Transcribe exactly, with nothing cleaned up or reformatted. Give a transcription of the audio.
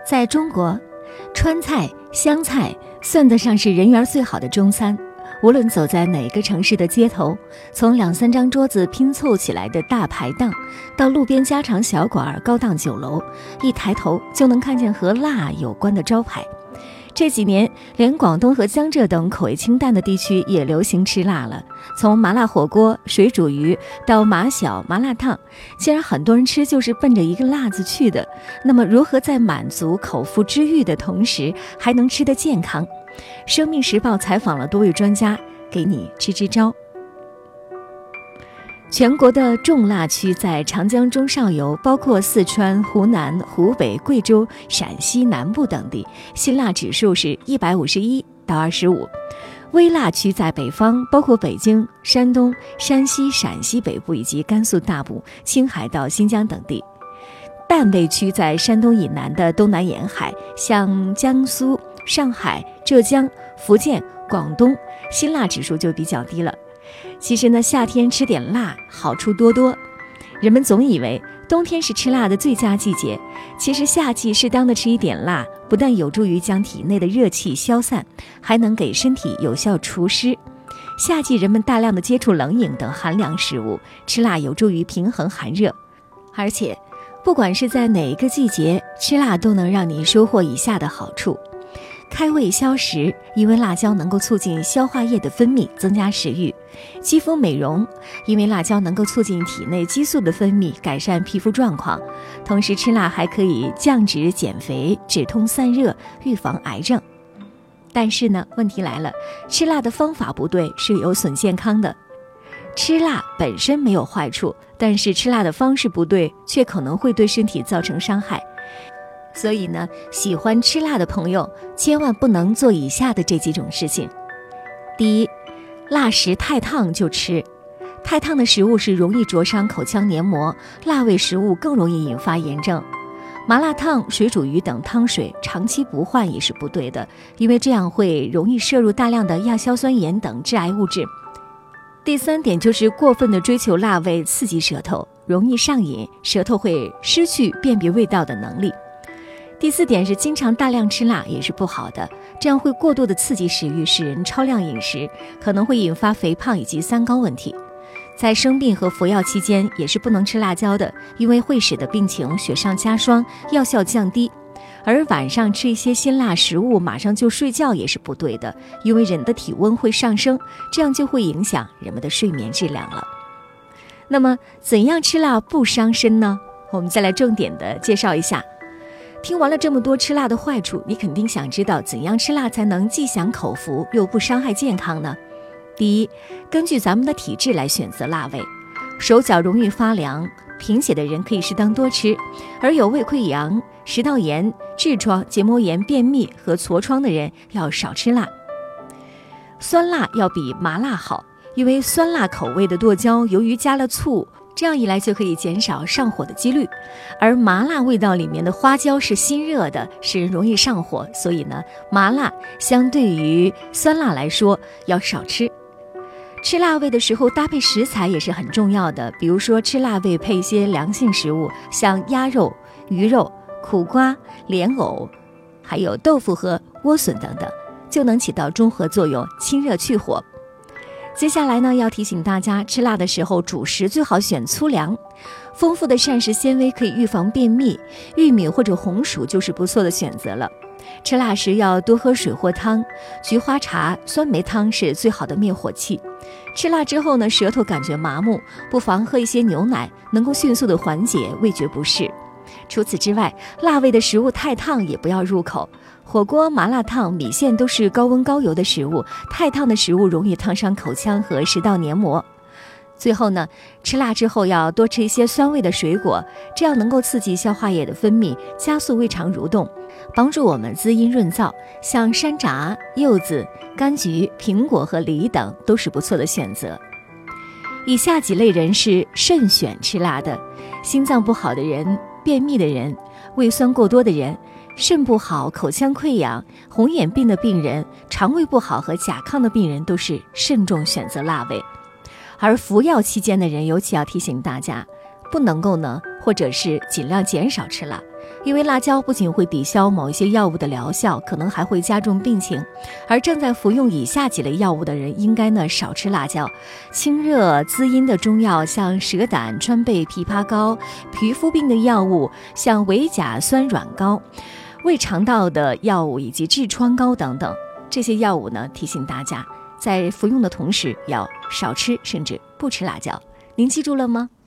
在中国，川菜、湘菜算得上是人缘最好的中餐。无论走在哪个城市的街头，从两三张桌子拼凑起来的大排档，到路边家常小馆、高档酒楼，一抬头就能看见和辣有关的招牌。这几年，连广东和江浙等口味清淡的地区也流行吃辣了。从麻辣火锅、水煮鱼到麻小、麻辣烫，既然很多人吃就是奔着一个辣字去的，那么如何在满足口腹之欲的同时，还能吃得健康？生命时报采访了多位专家，给你支支招。全国的重辣区在长江中上游，包括四川、湖南、湖北、贵州、陕西南部等地，辛辣指数是一百五十一到二十五。微辣区在北方，包括北京、山东、山西、陕西北部以及甘肃大部、青海到新疆等地。淡味区在山东以南的东南沿海，像江苏、上海、浙江、福建、广东，辛辣指数就比较低了。其实呢，夏天吃点辣好处多多。人们总以为冬天是吃辣的最佳季节，其实夏季适当的吃一点辣，不但有助于将体内的热气消散，还能给身体有效除湿。夏季人们大量的接触冷饮等寒凉食物，吃辣有助于平衡寒热。而且不管是在哪一个季节，吃辣都能让你收获以下的好处：开胃消食，因为辣椒能够促进消化液的分泌，增加食欲；肌肤美容，因为辣椒能够促进体内激素的分泌，改善皮肤状况。同时吃辣还可以降脂减肥、止痛散热、预防癌症。但是呢，问题来了，吃辣的方法不对是有损健康的。吃辣本身没有坏处，但是吃辣的方式不对，却可能会对身体造成伤害。所以呢，喜欢吃辣的朋友千万不能做以下的这几种事情。第一，辣食太烫就吃。太烫的食物是容易灼伤口腔黏膜，辣味食物更容易引发炎症。麻辣烫、水煮鱼等汤水长期不换也是不对的，因为这样会容易摄入大量的亚硝酸盐等致癌物质。第三点就是过分的追求辣味，刺激舌头，容易上瘾，舌头会失去辨别味道的能力。第四点是经常大量吃辣也是不好的，这样会过度的刺激食欲，使人超量饮食，可能会引发肥胖以及三高问题。在生病和服药期间也是不能吃辣椒的，因为会使得病情雪上加霜，药效降低。而晚上吃一些辛辣食物马上就睡觉也是不对的，因为人的体温会上升，这样就会影响人们的睡眠质量了。那么怎样吃辣不伤身呢？我们再来重点的介绍一下。听完了这么多吃辣的坏处，你肯定想知道怎样吃辣才能既享口福又不伤害健康呢？第一，根据咱们的体质来选择辣味。手脚容易发凉、贫血的人可以适当多吃，而有胃溃疡、食道炎、痔疮、结膜炎、便秘和痤疮的人要少吃辣。酸辣要比麻辣好，因为酸辣口味的剁椒由于加了醋，这样一来就可以减少上火的几率。而麻辣味道里面的花椒是辛热的，使人容易上火，所以呢，麻辣相对于酸辣来说要少吃。吃辣味的时候搭配食材也是很重要的，比如说吃辣味配一些凉性食物，像鸭肉、鱼肉、苦瓜、莲藕，还有豆腐和莴笋等等，就能起到中和作用，清热去火。接下来呢，要提醒大家，吃辣的时候主食最好选粗粮，丰富的膳食纤维可以预防便秘，玉米或者红薯就是不错的选择了。吃辣时要多喝水或汤，菊花茶、酸梅汤是最好的灭火器。吃辣之后呢，舌头感觉麻木，不妨喝一些牛奶，能够迅速的缓解味觉不适。除此之外，辣味的食物太烫也不要入口，火锅、麻辣烫、米线都是高温高油的食物，太烫的食物容易烫伤口腔和食道黏膜。最后呢，吃辣之后要多吃一些酸味的水果，这样能够刺激消化液的分泌，加速胃肠蠕动，帮助我们滋阴润燥。像山楂、柚子、柑橘、苹果和梨等都是不错的选择。以下几类人是慎选吃辣的：心脏不好的人、便秘的人、胃酸过多的人、肾不好、口腔溃疡、红眼病的病人、肠胃不好和甲亢的病人都是慎重选择辣味。而服药期间的人尤其要提醒大家，不能够呢，或者是尽量减少吃辣。 因为辣椒不仅会抵消某一些药物的疗效，可能还会加重病情。而正在服用以下几类药物的人，应该呢少吃辣椒。清热滋阴的中药，像蛇胆、川贝、枇杷膏；皮肤病的药物，像维甲酸软膏；胃肠道的药物以及痔疮膏等等。这些药物呢，提醒大家在服用的同时要少吃甚至不吃辣椒。您记住了吗？